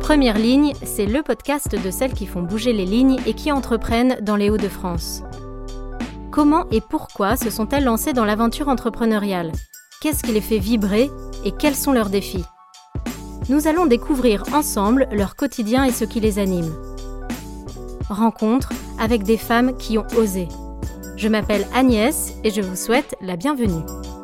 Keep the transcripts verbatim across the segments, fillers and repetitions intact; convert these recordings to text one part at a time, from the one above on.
Première ligne, c'est le podcast de celles qui font bouger les lignes et qui entreprennent dans les Hauts-de-France. Comment et pourquoi se sont-elles lancées dans l'aventure entrepreneuriale ? Qu'est-ce qui les fait vibrer et quels sont leurs défis ? Nous allons découvrir ensemble leur quotidien et ce qui les anime. Rencontre avec des femmes qui ont osé. Je m'appelle Agnès et je vous souhaite la bienvenue.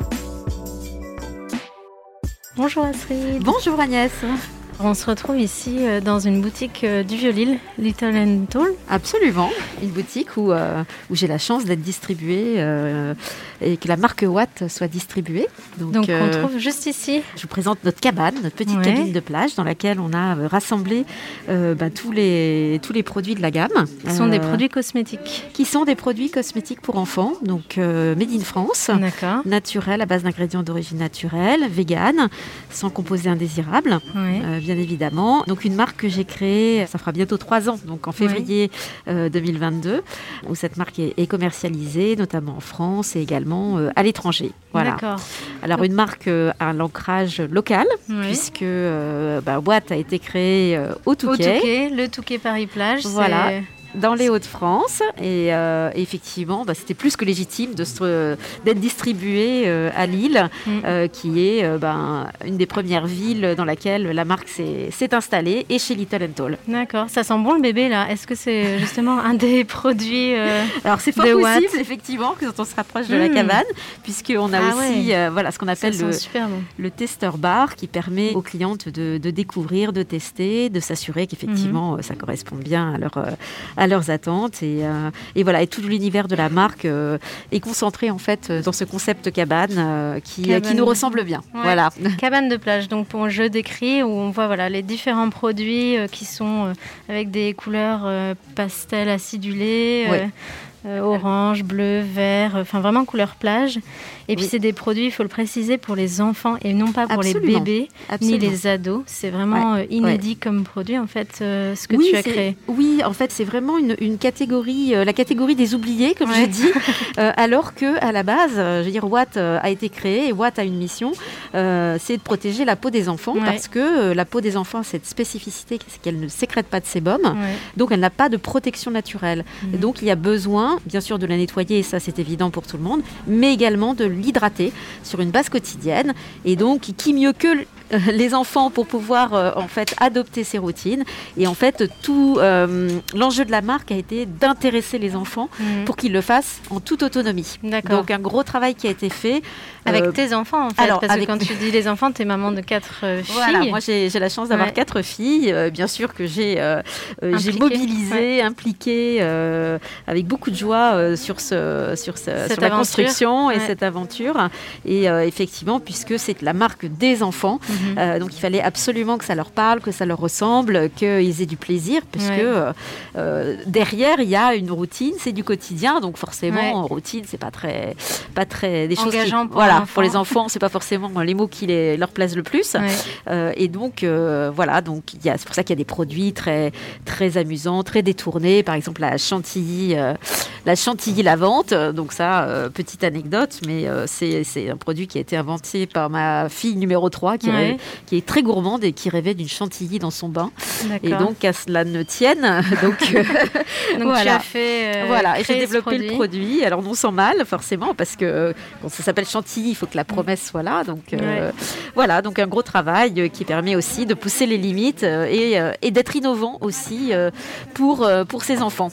Bonjour Astrid. Bonjour Agnès. On se retrouve ici dans une boutique du Vieux-Lille, Little and Tall. Absolument, une boutique où, euh, où j'ai la chance d'être distribuée euh, et que la marque Watt soit distribuée. Donc, Donc euh, on trouve juste ici. Je vous présente notre cabane, notre petite ouais. cabine de plage dans laquelle on a rassemblé euh, bah, tous, les, tous les produits de la gamme. Qui sont euh, des produits cosmétiques. Qui sont des produits cosmétiques pour enfants, donc euh, made in France, naturel, à base d'ingrédients d'origine naturelle, vegan, sans composés indésirables. Ouais. Euh, bien évidemment. Donc une marque que j'ai créée, ça fera bientôt trois ans, donc en février oui. euh, deux mille vingt-deux, où cette marque est, est commercialisée, notamment en France et également euh, à l'étranger. Voilà. D'accord. Alors donc, une marque euh, à l'ancrage local, oui. puisque euh, bah, Watt a été créé euh, au Touquet. Au Touquet, le Touquet Paris-Plage. Voilà. C'est... dans les Hauts-de-France et euh, effectivement bah, c'était plus que légitime de se, euh, d'être distribué euh, à Lille mm. euh, qui est euh, bah, une des premières villes dans laquelle la marque s'est, s'est installée et chez Little and Tall. D'accord, ça sent bon le bébé là. Est-ce que c'est justement un des produits euh, Alors c'est fort de possible Watt. Effectivement quand on se rapproche de mm. la cabane, puisqu'on a ah aussi ouais. euh, voilà, ce qu'on appelle le, bon. le tester bar qui permet aux clientes de, de découvrir, de tester, de s'assurer qu'effectivement mm. ça correspond bien à leur, à leurs attentes et, euh, et voilà, et tout l'univers de la marque euh, est concentré en fait dans ce concept cabane euh, qui, cabane. qui nous ressemble bien. Ouais. Voilà. Cabane de plage, donc pour je décris où on voit voilà, les différents produits euh, qui sont euh, avec des couleurs euh, pastel acidulées, ouais. euh, euh, orange, bleu, vert, enfin euh, vraiment couleur plage. Et puis oui. c'est des produits, il faut le préciser, pour les enfants et non pas pour Absolument. les bébés Absolument. ni les ados. C'est vraiment ouais. inédit ouais. comme produit en fait, euh, ce que oui, tu as c'est, créé. Oui, en fait c'est vraiment une, une catégorie, euh, la catégorie des oubliés comme ouais. je dis, euh, alors qu'à la base, euh, je veux dire, Watt euh, a été créé et Watt a une mission, euh, c'est de protéger la peau des enfants ouais. parce que euh, la peau des enfants a cette spécificité, c'est qu'elle ne sécrète pas de sébum, ouais. donc elle n'a pas de protection naturelle. Mmh. Et donc il y a besoin, bien sûr, de la nettoyer, et ça c'est évident pour tout le monde, mais également de l'hydrater sur une base quotidienne. Et donc, qui mieux que euh, les enfants pour pouvoir euh, en fait adopter ces routines. Et en fait, tout euh, l'enjeu de la marque a été d'intéresser les enfants mmh. pour qu'ils le fassent en toute autonomie. D'accord. Donc, un gros travail qui a été fait. Avec euh, tes enfants, en fait. Alors, parce avec... que quand tu dis les enfants, tu es maman de quatre euh, filles. Voilà, moi j'ai, j'ai la chance d'avoir ouais. quatre filles. Euh, bien sûr que j'ai, euh, euh, j'ai mobilisé, ouais. impliqué euh, avec beaucoup de joie euh, sur, ce, sur, ce, sur la construction ouais. et cette aventure. Et euh, effectivement, puisque c'est la marque des enfants, mm-hmm. euh, donc il fallait absolument que ça leur parle, que ça leur ressemble, qu'ils aient du plaisir, puisque ouais. euh, euh, derrière, il y a une routine, c'est du quotidien. Donc forcément, ouais. routine, c'est pas très, pas très des engageant choses qui, pour voilà, l'enfant. Pour les enfants, c'est pas forcément les mots qui les, leur plaisent le plus. Ouais. Euh, et donc, euh, voilà, donc y a, c'est pour ça qu'il y a des produits très, très amusants, très détournés. Par exemple, la chantilly, euh, la chantilly lavante. Donc ça, euh, petite anecdote, mais euh, c'est, c'est un produit qui a été inventé par ma fille numéro trois, qui, ouais. rêve, qui est très gourmande et qui rêvait d'une chantilly dans son bain. D'accord. Et donc, à cela ne tienne. Donc, euh, donc voilà. Tu as fait euh, voilà, et j'ai développé le produit. Alors, non sans mal, forcément, parce que quand ça s'appelle chantilly, il faut que la promesse soit là. Donc, euh, ouais. voilà, donc un gros travail euh, qui permet aussi de pousser les limites euh, et, euh, et d'être innovant aussi euh, pour, euh, pour ses enfants.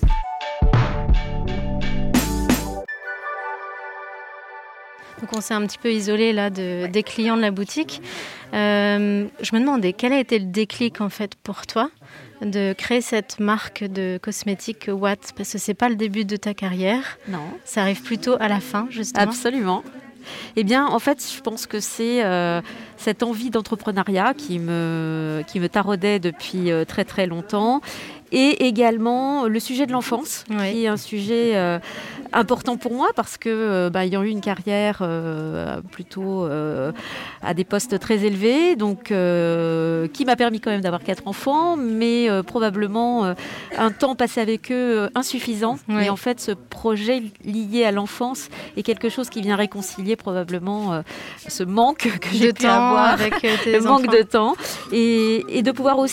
Donc on s'est un petit peu isolé là de, des clients de la boutique. Euh, je me demandais quel a été le déclic en fait pour toi de créer cette marque de cosmétiques Watt, parce que c'est pas le début de ta carrière. Non. Ça arrive plutôt à la fin justement. Absolument. Eh bien, en fait, je pense que c'est euh, cette envie d'entrepreneuriat qui me, qui me taraudait depuis euh, très très longtemps. Et également le sujet de l'enfance, oui. qui est un sujet euh, important pour moi parce que, euh, bah, ayant eu une carrière euh, plutôt euh, à des postes très élevés, donc euh, qui m'a permis quand même d'avoir quatre enfants, mais euh, probablement euh, un temps passé avec eux euh, insuffisant. Oui. Et en fait, ce projet lié à l'enfance est quelque chose qui vient réconcilier probablement euh, ce manque que j'ai de pu avoir avec euh, tes le enfants. manque de temps, et, et de pouvoir aussi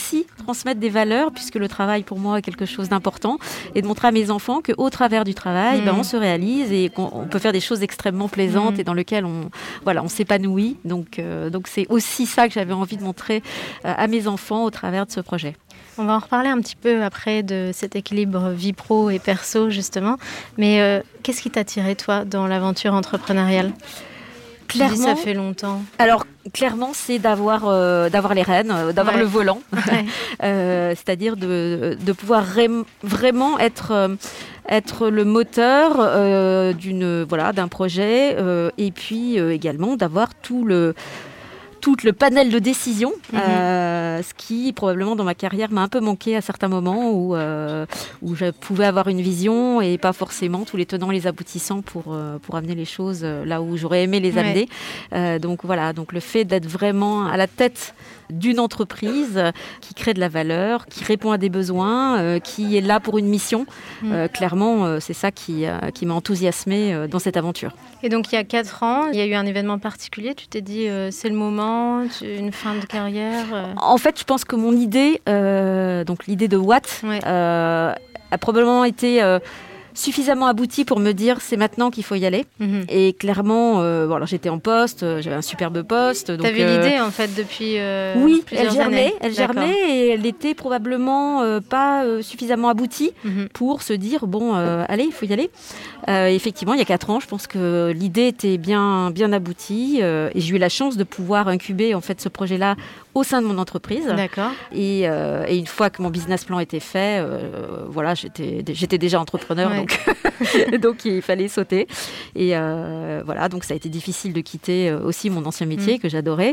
transmettre des valeurs, puisque le travail pour moi est quelque chose d'important, et de montrer à mes enfants qu'au travers du travail, mmh. ben, on se réalise et qu'on on peut faire des choses extrêmement plaisantes mmh. et dans lesquelles on, voilà, on s'épanouit. Donc, euh, donc c'est aussi ça que j'avais envie de montrer euh, à mes enfants au travers de ce projet. On va en reparler un petit peu après de cet équilibre vie pro et perso, justement. Mais euh, qu'est-ce qui t'a attiré, toi, dans l'aventure entrepreneuriale ? Clairement, tu dis, ça fait longtemps. Alors, clairement, c'est d'avoir, euh, d'avoir les rênes, euh, d'avoir ouais. le volant. Ouais. euh, c'est-à-dire de, de pouvoir ré- vraiment être... Euh, être le moteur euh, d'une, voilà, d'un projet euh, et puis euh, également d'avoir tout le... tout le panel de décision, mmh. euh, ce qui probablement dans ma carrière m'a un peu manqué à certains moments où, euh, où je pouvais avoir une vision et pas forcément tous les tenants, les aboutissants pour, euh, pour amener les choses là où j'aurais aimé les amener. Ouais. Euh, donc voilà, donc le fait d'être vraiment à la tête d'une entreprise qui crée de la valeur, qui répond à des besoins, euh, qui est là pour une mission, mmh. euh, clairement, euh, c'est ça qui, euh, qui m'a enthousiasmée euh, dans cette aventure. Et donc il y a quatre ans, il y a eu un événement particulier, tu t'es dit euh, c'est le moment, une fin de carrière euh... En fait, je pense que mon idée, euh, donc l'idée de Watt, ouais. euh, a probablement été euh, suffisamment aboutie pour me dire c'est maintenant qu'il faut y aller. Mm-hmm. Et clairement, euh, bon, alors j'étais en poste, j'avais un superbe poste. Tu avais euh, l'idée en fait depuis euh, oui, plusieurs elle germait, années. elle germait et elle était probablement euh, pas euh, suffisamment aboutie mm-hmm. pour se dire bon, euh, allez, il faut y aller. Euh, effectivement, il y a quatre ans, je pense que l'idée était bien, bien aboutie euh, et j'ai eu la chance de pouvoir incuber en fait ce projet-là au sein de mon entreprise. D'accord. Et, euh, et une fois que mon business plan était fait, euh, voilà, j'étais, j'étais déjà entrepreneur, ouais. donc, donc il fallait sauter. Et euh, voilà, donc ça a été difficile de quitter aussi mon ancien métier mmh. que j'adorais.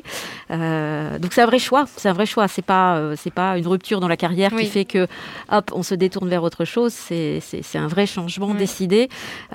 Euh, donc c'est un vrai choix, c'est un vrai choix. C'est pas, euh, c'est pas une rupture dans la carrière oui. qui fait que, hop, on se détourne vers autre chose. C'est, c'est, c'est un vrai changement oui. décidé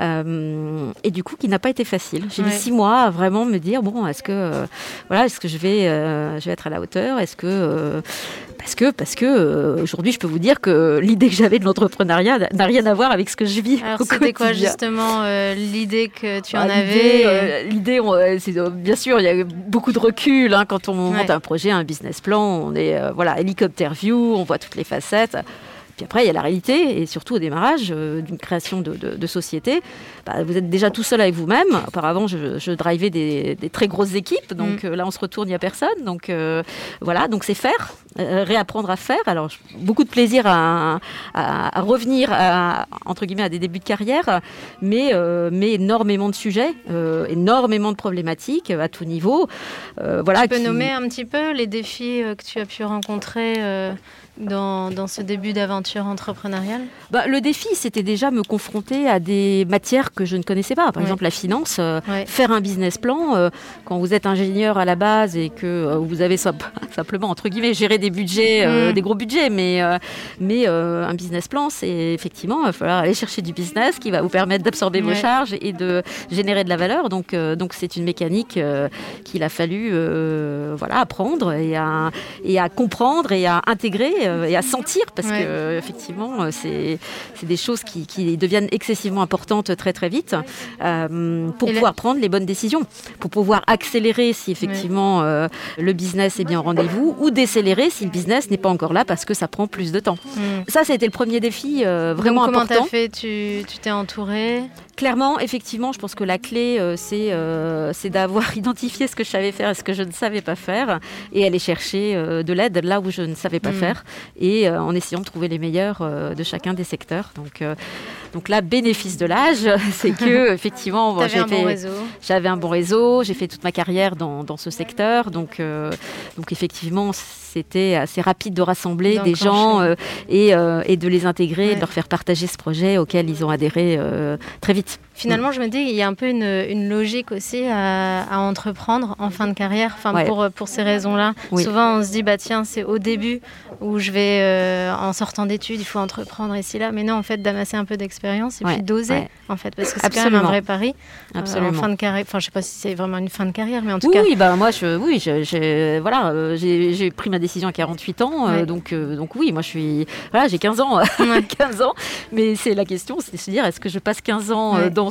euh, et du coup qui n'a pas été facile. J'ai ouais. mis six mois à vraiment me dire bon, est-ce que, euh, voilà, est-ce que je vais, euh, je vais être à la hauteur? Est-ce que euh, parce que parce que euh, aujourd'hui je peux vous dire que l'idée que j'avais de l'entrepreneuriat n'a rien à voir avec ce que je vis. Alors au c'était quotidien. Quoi justement euh, l'idée que tu bah, en l'idée, avais euh, L'idée, on, c'est euh, bien sûr il y a beaucoup de recul hein, quand on ouais. monte un projet, un business plan, on est euh, voilà hélicoptère view, on voit toutes les facettes. Puis après, il y a la réalité, et surtout au démarrage euh, d'une création de, de, de société. Bah, vous êtes déjà tout seul avec vous-même. Auparavant, je, je drivais des, des très grosses équipes. Donc mmh. euh, là, on se retourne, il n'y a personne. Donc euh, voilà, donc c'est faire, euh, réapprendre à faire. Alors, beaucoup de plaisir à, à, à revenir, à, entre guillemets, à des débuts de carrière, mais, euh, mais énormément de sujets, euh, énormément de problématiques à tout niveau. Euh, voilà, tu peux qui... nommer un petit peu les défis euh, que tu as pu rencontrer euh... Dans, dans ce début d'aventure entrepreneuriale ? Bah, le défi, c'était déjà me confronter à des matières que je ne connaissais pas. Par ouais. exemple, la finance, euh, ouais. faire un business plan. Euh, quand vous êtes ingénieur à la base et que euh, vous avez so- simplement, entre guillemets, géré des budgets, euh, mmh. des gros budgets, mais, euh, mais euh, un business plan, c'est effectivement, il va falloir aller chercher du business qui va vous permettre d'absorber ouais. vos charges et de générer de la valeur. Donc, euh, donc c'est une mécanique euh, qu'il a fallu euh, voilà, apprendre et à, et à comprendre et à intégrer et à sentir parce ouais. que effectivement c'est, c'est des choses qui, qui deviennent excessivement importantes très très vite euh, pour et pouvoir la... prendre les bonnes décisions, pour pouvoir accélérer si effectivement ouais. euh, le business est bien au rendez-vous ou décélérer si le business n'est pas encore là parce que ça prend plus de temps. Mmh. Ça, ça a été le premier défi euh, vraiment Donc, important. Comment t'as fait ? tu, tu t'es entourée ? Clairement, effectivement, je pense que la clé, euh, c'est, euh, c'est d'avoir identifié ce que je savais faire et ce que je ne savais pas faire et aller chercher euh, de l'aide là où je ne savais pas mmh. faire et euh, en essayant de trouver les meilleurs euh, de chacun des secteurs. Donc, euh, donc là, bénéfice de l'âge, c'est que effectivement, bon, j'ai un fait, bon réseau. j'avais un bon réseau, j'ai fait toute ma carrière dans, dans ce secteur. Donc, euh, donc effectivement, c'était assez rapide de rassembler des gens euh, et, euh, et de les intégrer, ouais. et de leur faire partager ce projet auquel ils ont adhéré euh, très vite. Finalement, mmh. je me dis qu'il y a un peu une, une logique aussi à, à entreprendre en fin de carrière, enfin, ouais. pour, pour ces raisons-là. Oui. Souvent, on se dit, bah, tiens, c'est au début où je vais, euh, en sortant d'études, il faut entreprendre ici, là. Mais non, en fait, d'amasser un peu d'expérience et ouais. puis d'oser, ouais. en fait, parce que c'est Absolument. Quand même un vrai pari. Absolument. Euh, en fin de carrière, enfin, je ne sais pas si c'est vraiment une fin de carrière, mais en tout oui, cas... Oui, bah, moi, je, oui, je, je, voilà, euh, j'ai, j'ai pris ma décision à quarante-huit ans, euh, ouais. donc, euh, donc oui, moi, je suis... Voilà, j'ai quinze ans, ouais. quinze ans, mais c'est la question, c'est de se dire, est-ce que je passe quinze ans ouais. euh, dans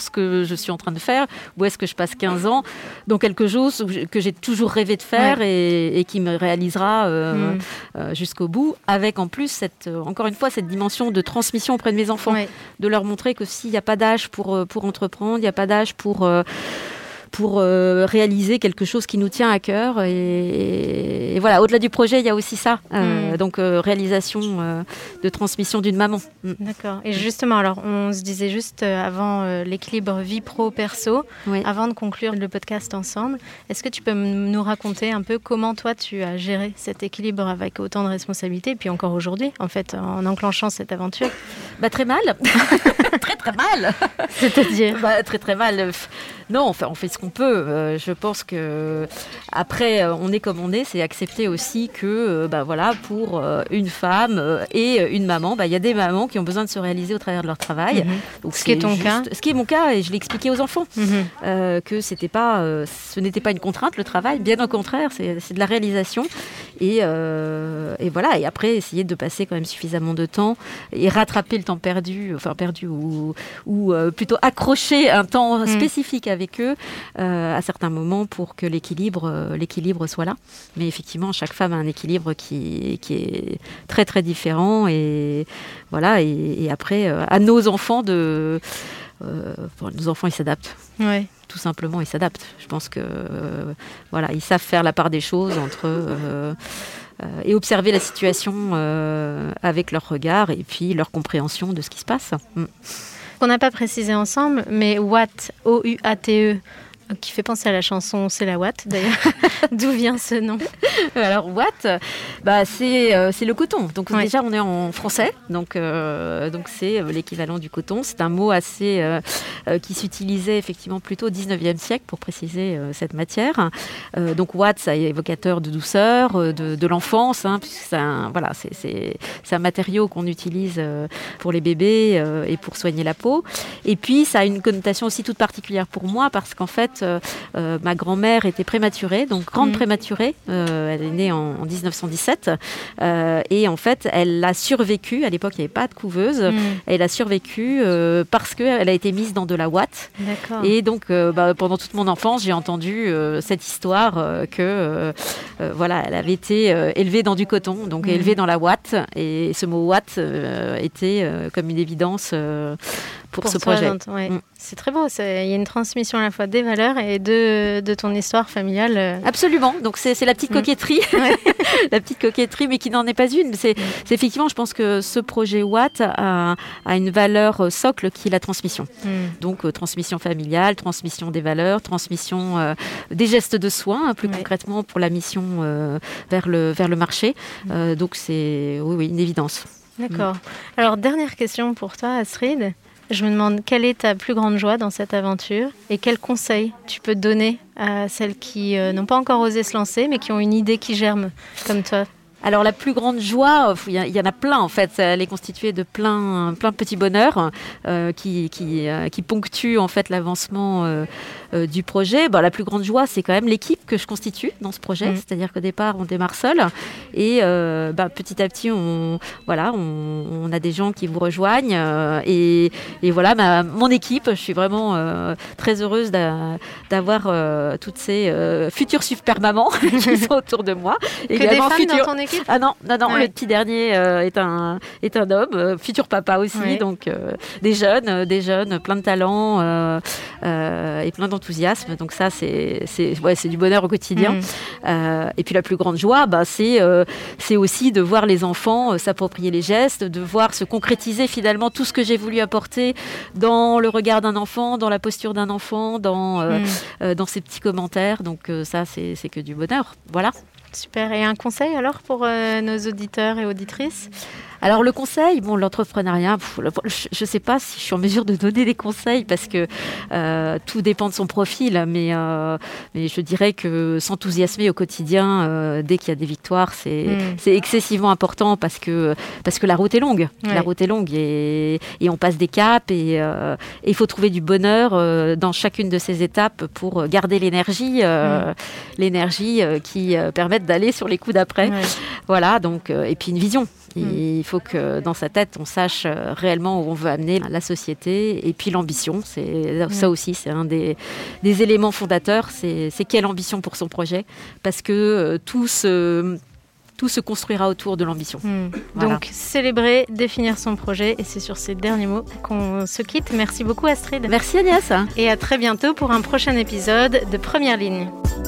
ce que je suis en train de faire, où est-ce que je passe quinze ans dans quelque chose que j'ai toujours rêvé de faire ouais. et, et qui me réalisera euh, mm. euh, jusqu'au bout, avec en plus, cette, encore une fois, cette dimension de transmission auprès de mes enfants, ouais. de leur montrer que s'il n'y a pas d'âge pour, pour entreprendre, il n'y a pas d'âge pour... Euh, pour euh, réaliser quelque chose qui nous tient à cœur. Et, et, et voilà, au-delà du projet, il y a aussi ça. Euh, mmh. Donc, euh, réalisation euh, de transmission d'une maman. Mmh. D'accord. Et justement, alors, on se disait juste euh, avant euh, l'équilibre vie pro-perso, oui. avant de conclure le podcast ensemble, est-ce que tu peux m- nous raconter un peu comment toi, tu as géré cet équilibre avec autant de responsabilités, et puis encore aujourd'hui, en fait, en enclenchant cette aventure? Bah, très mal. très, très mal. C'est-à-dire bah, Très, très mal. Non, on fait, on fait ce qu'on peut. Euh, je pense que après, euh, on est comme on est. C'est accepter aussi que, euh, bah voilà, pour euh, une femme euh, et une maman, bah il y a des mamans qui ont besoin de se réaliser au travers de leur travail. Mm-hmm. Donc, ce qui est ton juste, cas. Ce qui est mon cas, et je l'ai expliqué aux enfants, mm-hmm. euh, que c'était pas, euh, ce n'était pas une contrainte le travail. Bien au contraire, c'est, c'est de la réalisation. Et, euh, et voilà. Et après, essayer de passer quand même suffisamment de temps et rattraper le temps perdu, enfin perdu ou, ou euh, plutôt accrocher un temps mm. spécifique avec avec eux euh, à certains moments pour que l'équilibre, euh, l'équilibre soit là. Mais effectivement, chaque femme a un équilibre qui, qui est très très différent et voilà. Et, et après, euh, à nos enfants de, euh, bon, nos enfants ils s'adaptent. Ouais. Tout simplement, ils s'adaptent. Je pense que euh, voilà, ils savent faire la part des choses entre euh, euh, et observer la situation euh, avec leur regard et puis leur compréhension de ce qui se passe. Mm. On n'a pas précisé ensemble, mais Watt, O U A T E, qui fait penser à la chanson C'est la Watt d'ailleurs. D'où vient ce nom? Alors Watt, bah, c'est, euh, c'est le coton. Donc ouais. déjà on est en français, donc, euh, donc c'est l'équivalent du coton. C'est un mot assez euh, euh, qui s'utilisait effectivement plutôt au dix-neuvième siècle pour préciser euh, cette matière. Euh, donc Watt, ça est évocateur de douceur, de, de l'enfance, hein, puisque c'est un, voilà, c'est, c'est, c'est un matériau qu'on utilise euh, pour les bébés euh, et pour soigner la peau. Et puis ça a une connotation aussi toute particulière pour moi parce qu'en fait Euh, euh, ma grand-mère était prématurée, donc grande mmh. prématurée. Euh, elle est née en, en dix-neuf cent dix-sept euh, et en fait, elle a survécu. À l'époque, il n'y avait pas de couveuse. Mmh. Elle a survécu euh, parce qu'elle a été mise dans de la ouate. D'accord. Et donc, euh, bah, pendant toute mon enfance, j'ai entendu euh, cette histoire euh, que euh, euh, voilà, elle avait été euh, élevée dans du coton, donc mmh. élevée dans la ouate. Et ce mot ouate euh, était euh, comme une évidence. Euh, Pour, pour ce projet. Ouais. Mm. C'est très beau, il y a une transmission à la fois des valeurs et de, de ton histoire familiale. Absolument, donc c'est, c'est la petite coquetterie, mm. ouais. la petite coquetterie, mais qui n'en est pas une. C'est, mm. c'est effectivement, je pense que ce projet Watt a, a une valeur socle qui est la transmission. Mm. Donc euh, transmission familiale, transmission des valeurs, transmission euh, des gestes de soins, hein, plus ouais. concrètement pour la mission euh, vers, le, vers le marché. Mm. Euh, donc c'est oui, oui, une évidence. D'accord. Mm. Alors dernière question pour toi, Astrid. Je me demande quelle est ta plus grande joie dans cette aventure et quels conseils tu peux donner à celles qui euh, n'ont pas encore osé se lancer mais qui ont une idée qui germe comme toi. Alors la plus grande joie, il y, y en a plein en fait, elle est constituée de plein, plein de petits bonheurs euh, qui, qui, euh, qui ponctuent en fait l'avancement euh, euh, du projet. Bon, la plus grande joie, c'est quand même l'équipe que je constitue dans ce projet, mmh. c'est-à-dire qu'au départ on démarre seul et euh, bah, petit à petit on, voilà, on, on a des gens qui vous rejoignent euh, et, et voilà ma, mon équipe, je suis vraiment euh, très heureuse d'a, d'avoir euh, toutes ces euh, futures super mamans qui sont autour de moi. Que des femmes futures... dans ton équipe? Ah non, non, non, ouais. Le petit dernier euh, est, un, est un homme, euh, futur papa aussi, ouais. donc euh, des jeunes, euh, des jeunes, plein de talent euh, euh, et plein d'enthousiasme. Donc ça, c'est, c'est, ouais, c'est du bonheur au quotidien. Mmh. Euh, et puis la plus grande joie, bah, c'est, euh, c'est aussi de voir les enfants euh, s'approprier les gestes, de voir se concrétiser finalement tout ce que j'ai voulu apporter dans le regard d'un enfant, dans la posture d'un enfant, dans, euh, mmh. euh, dans ces petits commentaires. Donc euh, ça, c'est, c'est que du bonheur. Voilà. Super. Et un conseil alors pour euh, nos auditeurs et auditrices? Alors le conseil, bon, l'entrepreneuriat, pff, je ne sais pas si je suis en mesure de donner des conseils parce que euh, tout dépend de son profil, mais, euh, mais je dirais que s'enthousiasmer au quotidien euh, dès qu'il y a des victoires, c'est, mmh. c'est excessivement important parce que, parce que la route est longue. Ouais. La route est longue et, et on passe des caps et euh, il faut trouver du bonheur euh, dans chacune de ces étapes pour garder l'énergie, euh, mmh. l'énergie euh, qui euh, permette d'aller sur les coups d'après. Ouais. Voilà, donc, euh, et puis une vision. Il mmh. faut que dans sa tête, on sache réellement où on veut amener la société. Et puis l'ambition, c'est, mmh. ça aussi, c'est un des, des éléments fondateurs. C'est, c'est quelle ambition pour son projet ? Parce que euh, tout se... Tout se construira autour de l'ambition. Mmh. Voilà. Donc, célébrer, définir son projet. Et c'est sur ces derniers mots qu'on se quitte. Merci beaucoup, Astrid. Merci, Agnès. Et à très bientôt pour un prochain épisode de Première Ligne.